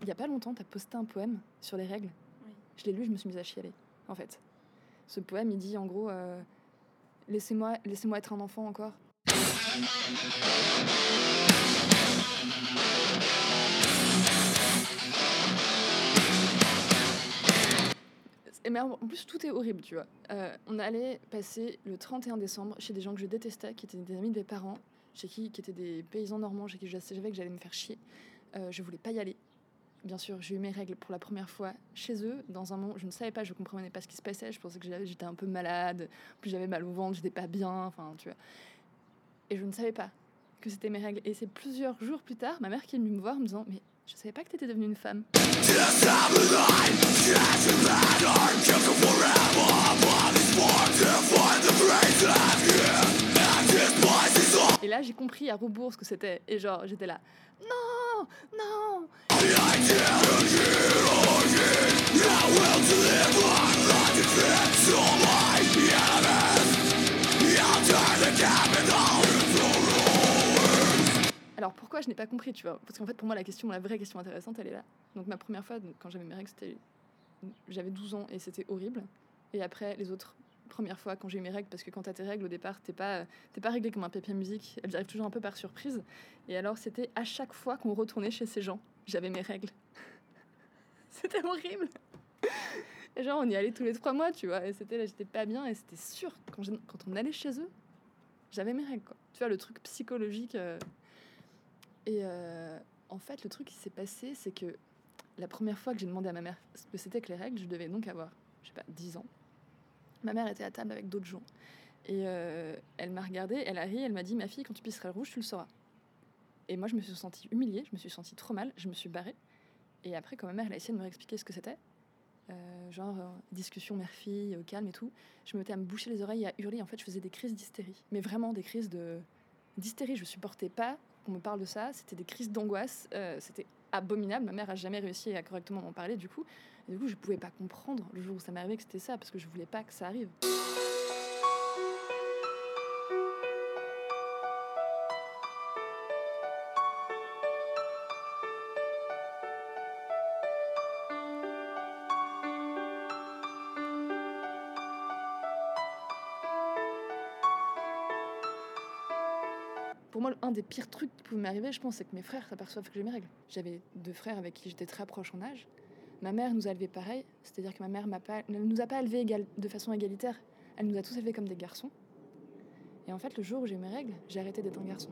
il y a pas longtemps, t'as posté un poème sur les règles. Oui. Je l'ai lu, je me suis mise à chialer, en fait. Ce poème, il dit en gros, laissez-moi être un enfant encore. Mais en plus, tout est horrible, tu vois. On allait passer le 31 décembre chez des gens que je détestais, qui étaient des amis de mes parents, qui étaient des paysans normands, chez qui je savais que j'allais me faire chier. Je voulais pas y aller. Bien sûr, j'ai eu mes règles pour la première fois chez eux, dans un moment où je ne savais pas, je comprenais pas ce qui se passait, je pensais que j'étais un peu malade, en plus j'avais mal au ventre, j'étais pas bien, enfin, tu vois. Et je ne savais pas que c'était mes règles. Et c'est plusieurs jours plus tard, ma mère qui est venue me voir en me disant « Mais je savais pas que t'étais devenue une femme. » Et là, j'ai compris à rebours ce que c'était. Et genre, j'étais là « Non, non !» Alors pourquoi je n'ai pas compris, tu vois? Parce qu'en fait, pour moi, la vraie question intéressante, elle est là. Donc ma première fois, donc, quand j'avais mes règles, j'avais 12 ans et c'était horrible. Et après, les autres premières fois, quand j'ai eu mes règles, parce que quand t'as tes règles, au départ, t'es pas réglé comme un papier musique. Elles arrivent toujours un peu par surprise. Et alors, c'était à chaque fois qu'on retournait chez ces gens, j'avais mes règles. C'était horrible. Et genre, on y allait tous les 3 mois, tu vois. Et c'était là, j'étais pas bien. Et c'était sûr, quand on allait chez eux, j'avais mes règles, quoi. Tu vois, le truc psychologique. Et en fait, le truc qui s'est passé, c'est que la première fois que j'ai demandé à ma mère ce que c'était que les règles, je devais donc avoir, je sais pas, 10 ans. Ma mère était à table avec d'autres gens. Et elle m'a regardée, elle a ri, elle m'a dit « Ma fille, quand tu pisseras le rouge, tu le sauras. » Et moi, je me suis sentie humiliée, je me suis sentie trop mal, je me suis barrée. Et après, quand ma mère elle a essayé de me réexpliquer ce que c'était, discussion mère-fille, au calme et tout, je me mettais à me boucher les oreilles et à hurler. En fait, je faisais des crises d'hystérie. Mais vraiment des crises d'hystérie. Je supportais pas qu'on me parle de ça. C'était des crises d'angoisse. C'était abominable. Ma mère a jamais réussi à correctement m'en parler, du coup. Et du coup, je pouvais pas comprendre le jour où ça m'est arrivé que c'était ça, parce que je voulais pas que ça arrive. Pour moi, un des pires trucs qui pouvait m'arriver, je pense, c'est que mes frères s'aperçoivent que j'ai mes règles. J'avais 2 frères avec qui j'étais très proche en âge. Ma mère nous a élevés pareil, c'est-à-dire que ma mère ne nous a pas élevés de façon égalitaire. Elle nous a tous élevés comme des garçons. Et en fait, le jour où j'ai eu mes règles, j'ai arrêté d'être un garçon.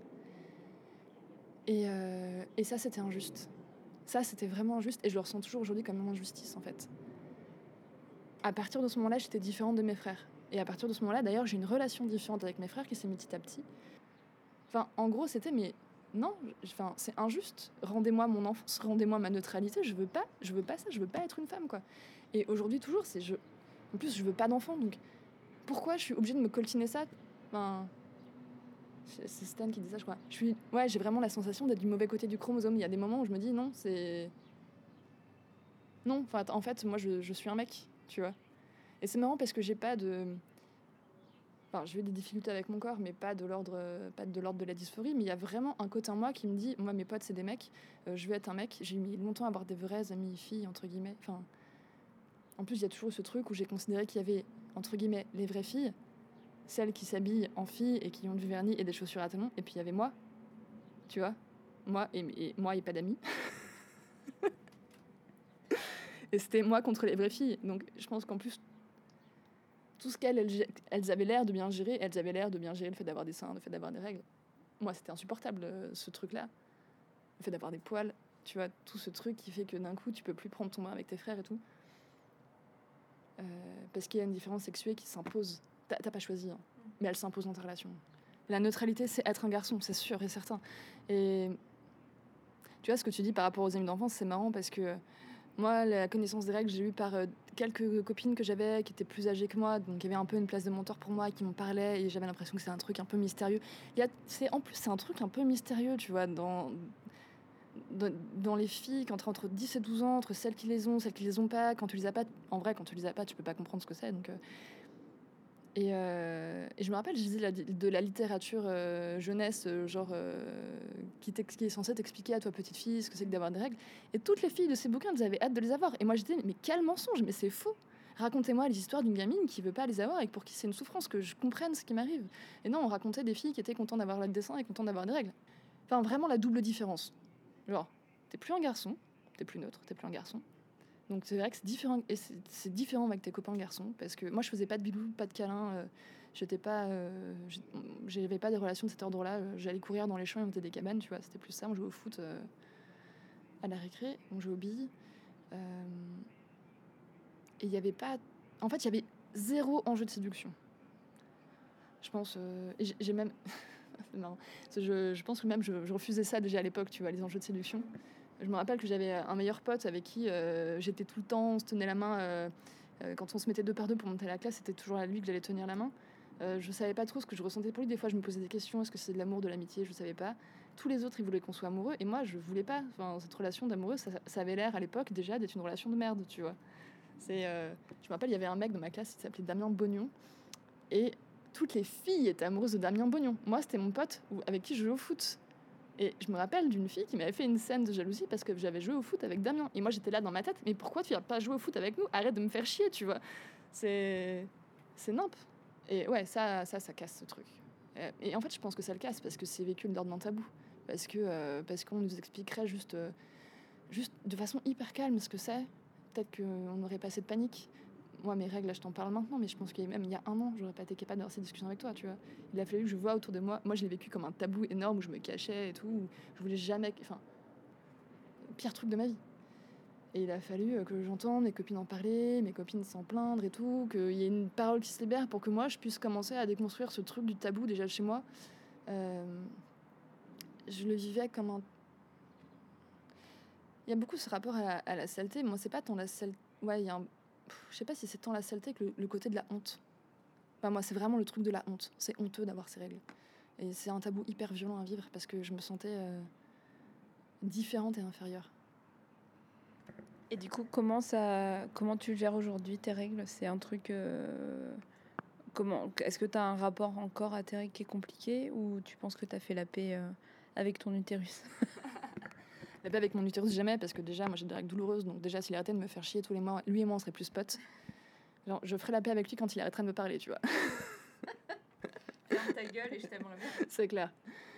Et ça, c'était injuste. Ça, c'était vraiment injuste, et je le ressens toujours aujourd'hui comme une injustice, en fait. À partir de ce moment-là, j'étais différente de mes frères. Et à partir de ce moment-là, d'ailleurs, j'ai une relation différente avec mes frères qui s'est mise petit à petit. Enfin, en gros, c'était, mais non, c'est injuste. Rendez-moi mon enfance, rendez-moi ma neutralité. Je veux pas ça, je veux pas être une femme, quoi. Et aujourd'hui, toujours, en plus, je veux pas d'enfant, donc pourquoi je suis obligée de me coltiner ça? Enfin, c'est Stan qui dit ça, je crois. J'ai vraiment la sensation d'être du mauvais côté du chromosome. Il y a des moments où je me dis, non, non, enfin, en fait, moi, je suis un mec, tu vois. Et c'est marrant parce que j'ai pas de... Enfin, j'ai eu des difficultés avec mon corps, mais pas de l'ordre de la dysphorie. Mais il y a vraiment un côté en moi qui me dit, moi, mes potes, c'est des mecs, je veux être un mec. J'ai mis longtemps à avoir des vraies amies filles, entre guillemets. Enfin, en plus, il y a toujours ce truc où j'ai considéré qu'il y avait, entre guillemets, les vraies filles, celles qui s'habillent en filles et qui ont du vernis et des chaussures à talons. Et puis, il y avait moi, tu vois. Moi et pas d'amis. Et c'était moi contre les vraies filles. Donc, je pense qu'en plus, tout ce qu'elles avaient l'air de bien gérer, le fait d'avoir des seins, le fait d'avoir des règles. Moi, c'était insupportable, ce truc-là. Le fait d'avoir des poils, tu vois, tout ce truc qui fait que d'un coup, tu peux plus prendre ton bain avec tes frères et tout. Parce qu'il y a une différence sexuelle qui s'impose. T'as pas choisi, hein, mais elle s'impose dans ta relation. La neutralité, c'est être un garçon, c'est sûr et certain. Et tu vois, ce que tu dis par rapport aux amis d'enfance, c'est marrant parce que moi, la connaissance des règles, j'ai eu par quelques copines que j'avais qui étaient plus âgées que moi, donc il y avait un peu une place de mentor pour moi, qui m'en parlaient, et j'avais l'impression que c'est un truc un peu mystérieux. En plus, c'est un truc un peu mystérieux, tu vois, dans les filles, quand entre 10 et 12 ans, entre celles qui les ont pas, quand tu les as pas, en vrai, quand tu les as pas, tu peux pas comprendre ce que c'est, donc... Et je me rappelle, je lisais de la littérature jeunesse, qui est censée t'expliquer à toi, petite fille, ce que c'est que d'avoir des règles. Et toutes les filles de ces bouquins, elles avaient hâte de les avoir. Et moi, j'étais, mais quel mensonge, mais c'est faux. Racontez-moi les histoires d'une gamine qui veut pas les avoir et pour qui c'est une souffrance, que je comprenne ce qui m'arrive. Et non, on racontait des filles qui étaient contentes d'avoir le dessin et contentes d'avoir des règles. Enfin, vraiment la double différence. Genre, t'es plus un garçon, t'es plus neutre, t'es plus un garçon. Donc c'est vrai que c'est différent, et c'est différent avec tes copains garçons, parce que moi je faisais pas de bisous, pas de câlins, j'avais pas des relations de cet ordre-là. J'allais courir dans les champs et monter des cabanes, tu vois, c'était plus ça. On jouait au foot à la récré, on jouait aux billes, et il y avait pas, en fait il y avait zéro enjeu de séduction. Je pense, et j'ai même, c'est marrant, je pense que même je refusais ça déjà à l'époque, tu vois, les enjeux de séduction. Je me rappelle que j'avais un meilleur pote avec qui j'étais tout le temps, on se tenait la main. Quand on se mettait 2 par 2 pour monter à la classe, c'était toujours à lui que j'allais tenir la main. Je savais pas trop ce que je ressentais pour lui. Des fois, je me posais des questions. Est-ce que c'est de l'amour, de l'amitié? Je savais pas. Tous les autres, ils voulaient qu'on soit amoureux. Et moi, je voulais pas. Enfin, cette relation d'amoureux, ça avait l'air à l'époque déjà d'être une relation de merde, tu vois. Je me rappelle, il y avait un mec dans ma classe qui s'appelait Damien Bognon. Et toutes les filles étaient amoureuses de Damien Bognon. Moi, c'était mon pote avec qui je jouais au foot. Et je me rappelle d'une fille qui m'avait fait une scène de jalousie parce que j'avais joué au foot avec Damien. Et moi, j'étais là dans ma tête, mais pourquoi tu viens pas jouer au foot avec nous? Arrête de me faire chier, tu vois. C'est nimp. Et ouais, ça casse ce truc. Et en fait, je pense que ça le casse parce que c'est vécu d'ordre tabou. Parce qu'on nous expliquerait juste de façon hyper calme ce que c'est. Peut-être qu'on aurait pas assez de panique. Moi, mes règles, là, je t'en parle maintenant, mais je pense qu'il y a un an, j'aurais pas été capable d'avoir cette discussion avec toi, tu vois. Il a fallu que je vois autour de moi. Moi, je l'ai vécu comme un tabou énorme où je me cachais et tout. Où je voulais jamais. Enfin, pire truc de ma vie. Et il a fallu que j'entende mes copines en parler, mes copines s'en plaindre et tout, qu'il y ait une parole qui se libère pour que moi, je puisse commencer à déconstruire ce truc du tabou déjà chez moi. Je le vivais comme un. Il y a beaucoup ce rapport à la saleté. Moi, c'est pas tant la saleté. Ouais, il y a un. Je sais pas si c'est tant la saleté que le côté de la honte. Enfin, moi, c'est vraiment le truc de la honte. C'est honteux d'avoir ces règles. Et c'est un tabou hyper violent à vivre parce que je me sentais différente et inférieure. Et du coup, comment tu gères aujourd'hui tes règles? C'est un truc... Est-ce que tu as un rapport encore à tes règles qui est compliqué ou tu penses que tu as fait la paix avec ton utérus? La paix avec mon utérus, jamais, parce que déjà, moi j'ai des règles douloureuses, donc déjà, s'il arrêtait de me faire chier tous les mois, lui et moi, on serait plus potes. Genre, je ferais la paix avec lui quand il arrêterait de me parler, tu vois. Ferme ta gueule et je t'aime en la vie. C'est clair.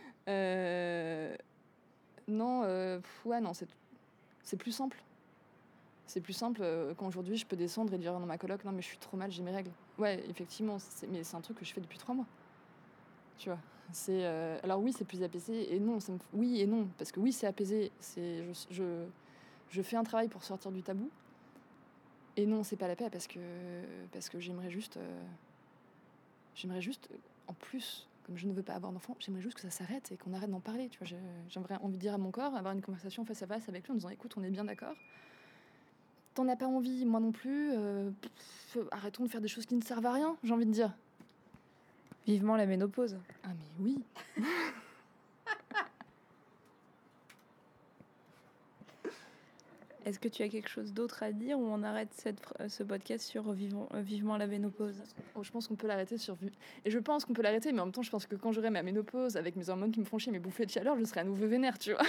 Non, ouais, non, c'est plus simple. C'est plus simple quand aujourd'hui je peux descendre et dire dans ma coloc, non mais je suis trop mal, j'ai mes règles. Ouais, effectivement, mais c'est un truc que je fais depuis 3 mois. Tu vois. Alors oui, c'est plus apaisé et non, oui et non, parce que oui, c'est apaisé. Je fais un travail pour sortir du tabou. Et non, c'est pas la paix parce que j'aimerais juste, en plus, comme je ne veux pas avoir d'enfant, j'aimerais juste que ça s'arrête et qu'on arrête d'en parler. Tu vois, j'aimerais envie de dire à mon corps, avoir une conversation face à face avec lui en disant, écoute, on est bien d'accord. T'en as pas envie, moi non plus. Arrêtons de faire des choses qui ne servent à rien, j'ai envie de dire. Vivement la ménopause. Ah mais oui. Est-ce que tu as quelque chose d'autre à dire ou on arrête ce podcast sur vivement la ménopause? Je pense qu'on peut l'arrêter sur... Et je pense qu'on peut l'arrêter, mais en même temps, je pense que quand j'aurai ma ménopause, avec mes hormones qui me font chier, mes bouffées de chaleur, je serai à nouveau vénère, tu vois.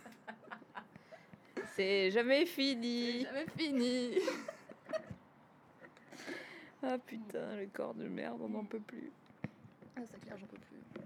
C'est jamais fini. C'est jamais fini. Ah putain, le corps de merde, on n'en peut plus. Ah, c'est clair, j'en peux plus.